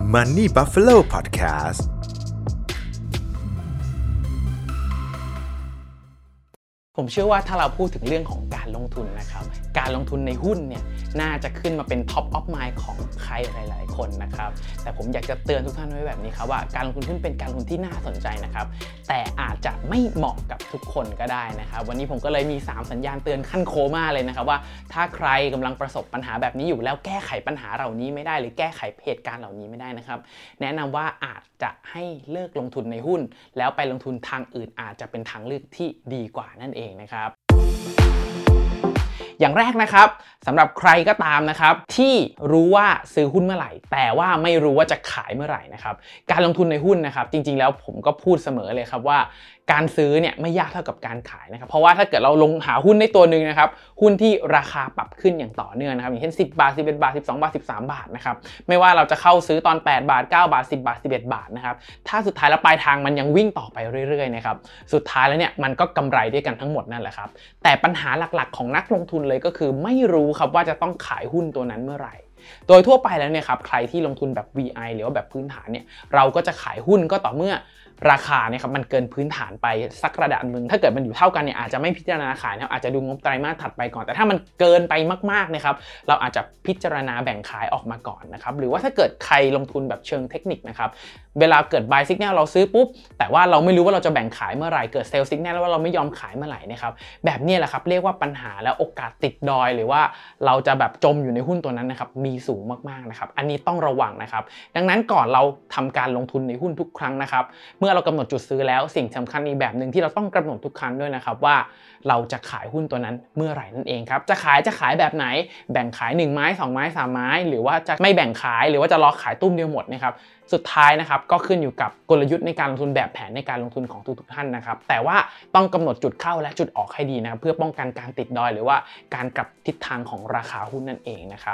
Money Buffalo Podcast ผมเชื่อว่าถ้าเราพูดถึงเรื่องของการลงทุนนะครับการลงทุนในหุ้นเนี่ยน่าจะขึ้นมาเป็น Top of Mind ของใครหลายๆคนนะครับแต่ผมอยากจะเตือนทุกท่านไว้แบบนี้ครับว่าการลงทุนหุ้นเป็นการลงทุนที่น่าสนใจนะครับแต่อาจจะไม่เหมาะกับทุกคนก็ได้นะครับวันนี้ผมก็เลยมี3สัญญาณเตือนขั้นโคม่าเลยนะครับว่าถ้าใครกำลังประสบปัญหาแบบนี้อยู่แล้วแก้ไขปัญหาเหล่านี้ไม่ได้หรือแก้ไขเหตุการณ์เหล่านี้ไม่ได้นะครับแนะนำว่าอาจจะให้เลิกลงทุนในหุ้นแล้วไปลงทุนทางอื่นอาจจะเป็นทางเลือกที่ดีกว่านั่นเองนะครับอย่างแรกนะครับสำหรับใครก็ตามนะครับที่รู้ว่าซื้อหุ้นเมื่อไหร่แต่ว่าไม่รู้ว่าจะขายเมื่อไหร่นะครับการลงทุนในหุ้นนะครับจริงๆแล้วผมก็พูดเสมอเลยครับว่าการซื้อเนี่ยไม่ยากเท่ากับการขายนะครับเพราะว่าถ้าเกิดเราลงหาหุ้นในตัวนึงนะครับหุ้นที่ราคาปรับขึ้นอย่างต่อเนื่องนะครับอย่างเช่น10 บาท 11 บาท 12 บาท 13 บาทนะครับไม่ว่าเราจะเข้าซื้อตอน8 บาท 9 บาท 10 บาท 11 บาทนะครับถ้าสุดท้ายแล้วปลายทางมันยังวิ่งต่อไปเรื่อยๆนะครับสุดท้ายแล้วเนี่ยมันก็กำไรด้วยกันทั้งหมดนั่นแหละครับแต่ปัญหาหลักๆของนักลงทุนเลยก็คือไม่รู้ครับว่าจะต้องขายหุ้นตัวนั้นเมื่อไหร่โดยทั่วไปแล้วเนี่ยครับใครที่ลงทุนแบบ VI หรือว่าแบบพื้นฐานเนี่ยเราก็จะขายหุ้นก็ต่อเมื่อราคาเนี่ยครับมันเกินพื้นฐานไปสักระดับนึงถ้าเกิดมันอยู่เท่ากันเนี่ยอาจจะไม่พิจารณาขายนะครับอาจจะดูงบไตรมาสถัดไปก่อนแต่ถ้ามันเกินไปมากๆนะครับเราอาจจะพิจารณาแบ่งขายออกมาก่อนนะครับหรือว่าถ้าเกิดใครลงทุนแบบเชิงเทคนิคนะครับเวลาเกิด buy signal เราซื้อปุ๊บแต่ว่าเราไม่รู้ว่าเราจะแบ่งขายเมื่อไหร่เกิด sell signal แล้วว่าเราไม่ยอมขายเมื่อไหร่นะครับแบบนี้แหละครับเรียกว่าปัญหาและโอกาสติดดอยหรือว่าเราจะแบบจมอยู่ในหุ้นตัวนั้นนะครับมีสูงมากๆนะครับอันนี้ต้องระวังนะครับดังนั้นก่อนเราทำการลงทุนในหุ้นทุกครั้งนะครับเมื่อเรากำหนดจุดซื้อแล้วสิ่งสำคัญอีกแบบนึงที่เราต้องกำหนดทุกครั้งด้วยนะครับว่าเราจะขายหุ้นตัวนั้นเมื่อไหร่นั่นเองครับจะขายแบบไหนแบ่งขาย1ไม้2ไม้3ไม้หรือว่าจะไม่แบ่งขายหรือว่าจะรอขายตุ้มเดียวหมดนะครับสุดท้ายนะครับก็ขึ้นอยู่กับกลยุทธ์ในการลงทุนแบบแผนในการลงทุนของทุกท่านนะครับแต่ว่าต้องกำหนดจุดเข้าและจุดออกให้ดีนะครับเพื่อป้องกันการติดดอยหรือว่าการกลับทิศทางของราคาหุ้นนั่นเองนะครับ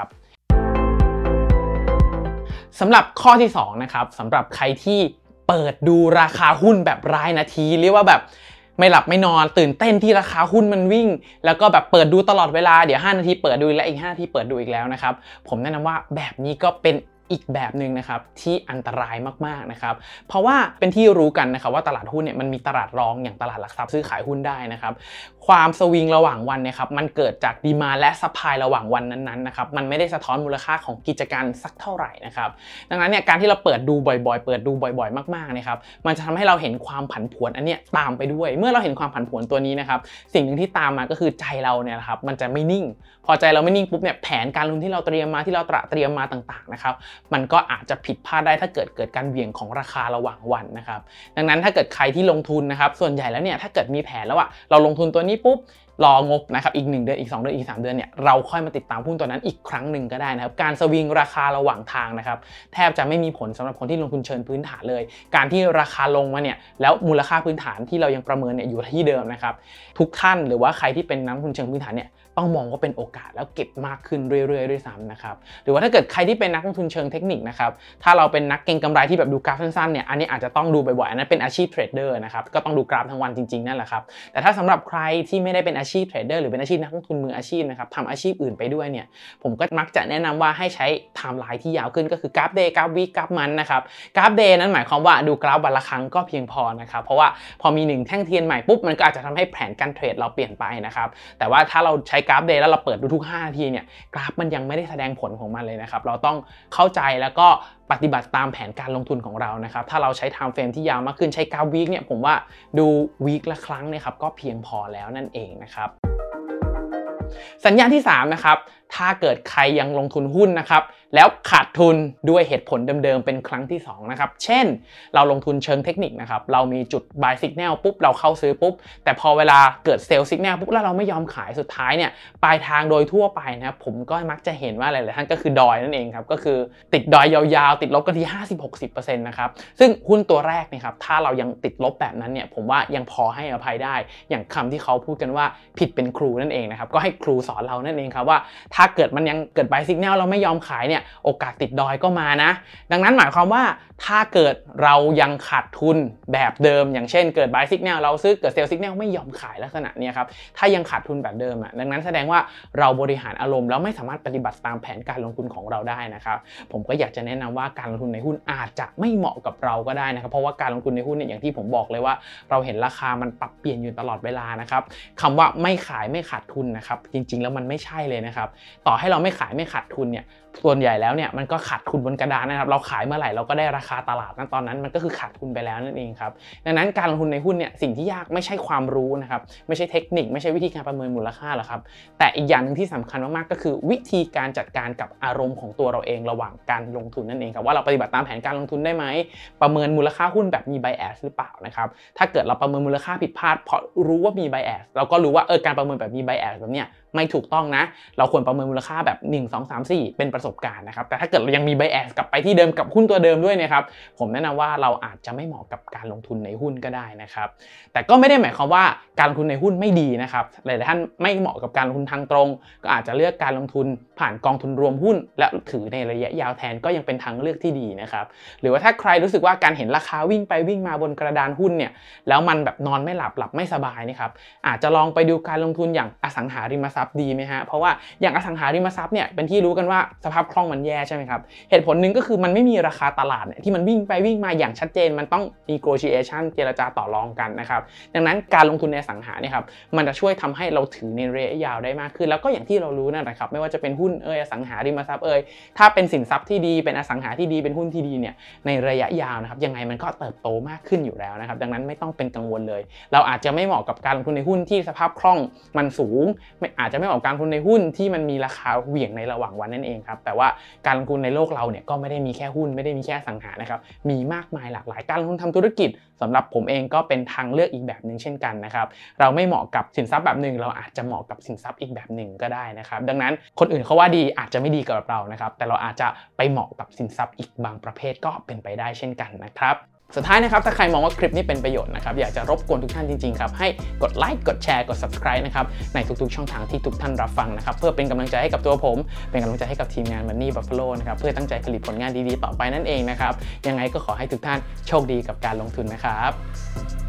สำหรับข้อที่2นะครับสำหรับใครที่เปิดดูราคาหุ้นแบบรายนาทีเรียกว่าแบบไม่หลับไม่นอนตื่นเต้นที่ราคาหุ้นมันวิ่งแล้วก็แบบเปิดดูตลอดเวลาเดี๋ยว5นาทีเปิดดูอีกแล้วอีก5นาทีเปิดดูอีกแล้วนะครับผมแนะนำว่าแบบนี้ก็เป็นอีกแบบนึงนะครับที่อันตรายมากๆนะครับเพราะว่าเป็นที่รู้กันนะครับว่าตลาดหุ้นเนี่ยมันมีตลาดรองอย่างตลาดหลักทรัพย์ซื้อขายหุ้นได้นะครับความสวิงระหว่างวันเนี่ยครับมันเกิดจากดีมานด์และซัพพลายระหว่างวันนั้นๆนะครับมันไม่ได้สะท้อนมูลค่าของกิจการสักเท่าไหร่นะครับดังนั้นเนี่ยการที่เราเปิดดูบ่อยๆเปิดดูบ่อยๆมากๆนะครับมันจะทำให้เราเห็นความผันผวนอันเนี้ยตามไปด้วยเมื่อเราเห็นความผันผวนตัวนี้นะครับสิ่งนึงที่ตามมาก็คือใจเราเนี่ยครับมันจะไม่นิ่งพอใจเราไม่นิ่งปุ๊บเนี่ยแผนการลงทุนที่เราเตรียมมาที่เราเตรียมมาต่างๆนะครับมันก็อาจจะผิดพลาดได้ถ้าเกิดการเหวี่ยงของราคาระหว่างวันนะครับดังนั้นถ้าเกิดใครที่ลงทุนนะครับส่วนใหญ่แล้วเนี่ยถ้าเกิดมีแผนแล้วเราลงทุนตัวนี้ปุ๊บรองบนะครับอีก1เดือนอีก2เดือนอีก3เดือนเนี่ยเราค่อยมาติดตามหุ้นตัวนั้นอีกครั้งหนึ่งก็ได้นะครับการสวิงราคาระหว่างทางนะครับแทบจะไม่มีผลสำหรับคนที่ลงทุนเชิงพื้นฐานเลยการที่ราคาลงมาเนี่ยแล้วมูลค่าพื้นฐานที่เรายังประเมินเนี่ยอยู่ที่เดิมนะครับทุกท่านหรือว่าใครที่เป็นนักลงทุนเชิงพื้นฐานเนี่ยต้องมองว่าเป็นโอกาสแล้วเก็บมากขึ้นเรื่อยๆด้วยซ้ำนะครับหรือว่าถ้าเกิดใครที่เป็นนักลงทุนเชิงเทคนิคนะครับถ้าเราเป็นนักเก็งกำไรที่แบบดูกราฟสั้นๆเนี่ยอันนี้อาจจะต้องดูบ่อยๆอันนั้นเป็นอาชีพเทรดเดอร์นะครับก็ต้องดูกราฟทั้งวันจริงๆนั่นแหละครับแต่ถ้าสำหรับใครที่ไม่ได้เป็นอาชีพเทรดเดอร์หรือเป็นอาชีพนักลงทุนมืออาชีพนะครับทำอาชีพอื่นไปด้วยเนี่ยผมก็มักจะแนะนำว่าให้ใช้ไทม์ไลน์ที่ยาวขึ้นก็คือกราฟเดย์กราฟวีคกราฟมันนะครับกราฟเดย์นั้นหมายความว่าดูกราฟวันละครั้งก็เพียงพอนะครับเพราะว่าพอมี1แท่งเทียนใหม่ปุ๊บมันก็อาจจะทำให้แผนการเทรดเราเปลี่ยนไปนะครับแต่ว่าถ้าเราใช้กราฟเดย์แล้วเราเปิดทุก5นาทีเนี่ยกราฟมันยังไม่ได้แสดงผลของมันเลยนะครับเราต้องเข้าใจแล้วก็ปฏิบัติตามแผนการลงทุนของเรานะครับถ้าเราใช้ไทม์เฟรมที่ยาวมากขึ้นใช้กราฟวีคเนี่ยผมว่าดูวีคละครั้งเนี่ยครับก็เพียงพอแล้วนั่นเองนะครับสัญญาณที่3นะครับถ้าเกิดใครยังลงทุนหุ้นนะครับแล้วขาดทุนด้วยเหตุผลเดิมๆเป็นครั้งที่2นะครับเช่นเราลงทุนเชิงเทคนิคนะครับเรามีจุด buy signal ปุ๊บเราเข้าซื้อปุ๊บแต่พอเวลาเกิด sell signal ปุ๊บแล้วเราไม่ยอมขายสุดท้ายเนี่ยปลายทางโดยทั่วไปนะครับผมก็มักจะเห็นว่าหลายๆท่านก็คือดอยนั่นเองครับก็คือติดดอยยาวๆติดลบกันที่ 50-60% นะครับซึ่งหุ้นตัวแรกเนี่ยครับถ้าเรายังติดลบแบบนั้นเนี่ยผมว่ายังพอให้อภัยได้อย่างคำที่เขาพูดกันว่าผิดเป็นครูนั่นเองนะครับก็ให้ครูสอนเรานั่นเองครับว่าถ้าเกิดมันยังเกิด buy signal เราไม่ยอมขายเนี่ยโอกาสติดดอยก็มานะดังนั้นหมายความว่าถ้าเกิดเรายังขาดทุนแบบเดิมอย่างเช่นเกิด buy signal เราซื้อเกิด sell signal ไม่ยอมขายลักษณะนี้ครับถ้ายังขาดทุนแบบเดิมดังนั้นแสดงว่าเราบริหารอารมณ์แล้วไม่สามารถปฏิบัติตามแผนการลงทุนของเราได้นะครับผมก็อยากจะแนะนำว่าการลงทุนในหุ้นอาจจะไม่เหมาะกับเราก็ได้นะครับเพราะว่าการลงทุนในหุ้นเนี่ยอย่างที่ผมบอกเลยว่าเราเห็นราคามันปรับเปลี่ยนอยู่ตลอดเวลานะครับคำว่าไม่ขายไม่ขาดทุนนะครับจริงๆแล้วมันไม่ใช่เลยนะครับต่อให้เราไม่ขายไม่ขาดทุนเนี่ยส่วนใหญ่แล้วเนี่ยมันก็ขาดทุนบนกระดานนะครับเราขายเมื่อไหร่เราก็ได้ราคาตลาดตอนนั้นมันก็คือขาดทุนไปแล้วนั่นเองครับดังนั้นการลงทุนในหุ้นเนี่ยสิ่งที่ยากไม่ใช่ความรู้นะครับไม่ใช่เทคนิคไม่ใช่วิธีการประเมินมูลค่าหรอกครับแต่อีกอย่างนึงที่สำคัญมากๆก็คือวิธีการจัดการกับอารมณ์ของตัวเราเองระหว่างการลงทุนนั่นเองครับว่าเราปฏิบัติตามแผนการลงทุนได้ไหมประเมินมูลค่าหุ้นแบบมี bias หรือเปล่านะครับถ้าเกิดเราประเมินมูลค่าผิดพลาดเพราะรู้ว่ามี bias เราก็รู้ว่าการประเมินแบบมี bias แบบเนี้ยไม่ถูกต้องนะเราควรประเมินมูลค่าแบบ1 2 3 4เป็นประสบการณ์นะครับแต่ถ้าเกิดเรายังมี bias กลับไปที่เดิมกับหุ้นตัวเดิมด้วยนะครับผมแนะนำว่าเราอาจจะไม่เหมาะกับการลงทุนในหุ้นก็ได้นะครับแต่ก็ไม่ได้หมายความว่าการลงทุนในหุ้นไม่ดีนะครับหลายท่านไม่เหมาะกับการลงทุนทางตรงก็อาจจะเลือกการลงทุนผ่านกองทุนรวมหุ้นและถือในระยะยาวแทนก็ยังเป็นทางเลือกที่ดีนะครับหรือว่าถ้าใครรู้สึกว่าการเห็นราคาวิ่งไปวิ่งมาบนกระดานหุ้นเนี่ยแล้วมันแบบนอนไม่หลับไม่สบายนะครับอาจจะลองไปดูการลงทุนอย่างอสังหาริมทรัพย์ดีไหมฮะเพราะว่าอย่างอสังหาริมทรัพย์เนี่ยเป็นที่รู้กันว่าสภาพคล่องมันแย่ใช่ไหมครับเหตุผลหนึ่งก็คือมันไม่มีราคาตลาดเนี่ยที่มันวิ่งไปวิ่งมาอย่างชัดเจนมันต้อง negotiation เจรจาต่อรองกันนะครับดังนั้นการลงทุนในอสังหาเนี่ยครับมันจะช่วยทำให้เราถือในระยะยาวได้มากขึ้นแล้วก็อย่างที่เรารู้นะครับไม่ว่าจะเป็นหุ้นอสังหาริมทรัพย์ถ้าเป็นสินทรัพย์ที่ดีเป็นอสังหาที่ดีเป็นหุ้นที่ดีเนี่ยในระยะยาวนะครับยังไงมันก็เติบโตมากขึ้นอยู่แล้วนะครับดังนั้นไม่ต้องเป็นกังวลเลยเราอาจจะไม่เหมาะกับการลงทุนในหุ้นที่สภาพคล่องมันสูงอาจจะไม่เหมาะกับการลงทุนในหุ้นที่มันมีราคาเหวี่ยงในระหว่างวันนั่นเองครับแต่ว่าการลงทุนในโลกเราเนี่ยก็ไม่ได้มีแค่หุ้นไม่ได้มีแค่อสังหานะครับมีมากมายหลากหลายการลงทุนทำธุรกิจสำหรับผมเองก็เป็นทางเลือกอีกแบบนึงเช่นกันนะครับเราไม่เหมาะกับสินทรัพย์แบบนึงเราอาจจะเหมาะกับสินทรัพย์อีกแบบนึงก็ได้นะครับดังนั้นคนอื่นเขาว่าดีอาจจะไม่ดีกับเรานะครับแต่เราอาจจะไปเหมาะกับสินทรัพย์อีกบางประเภทก็เป็นไปได้เช่นกันนะครับสุดท้ายนะครับถ้าใครมองว่าคลิปนี้เป็นประโยชน์นะครับอยากจะรบกวนทุกท่านจริงๆครับให้กดไลค์กดแชร์กด subscribe นะครับในทุกๆช่องทางที่ทุกท่านรับฟังนะครับเพื่อเป็นกำลังใจให้กับตัวผมเป็นกำลังใจให้กับทีมงาน Money Buffalo นะครับเพื่อตั้งใจผลิตผลงานดีๆต่อไปนั่นเองนะครับยังไงก็ขอให้ทุกท่านโชคดีกับการลงทุนนะครับ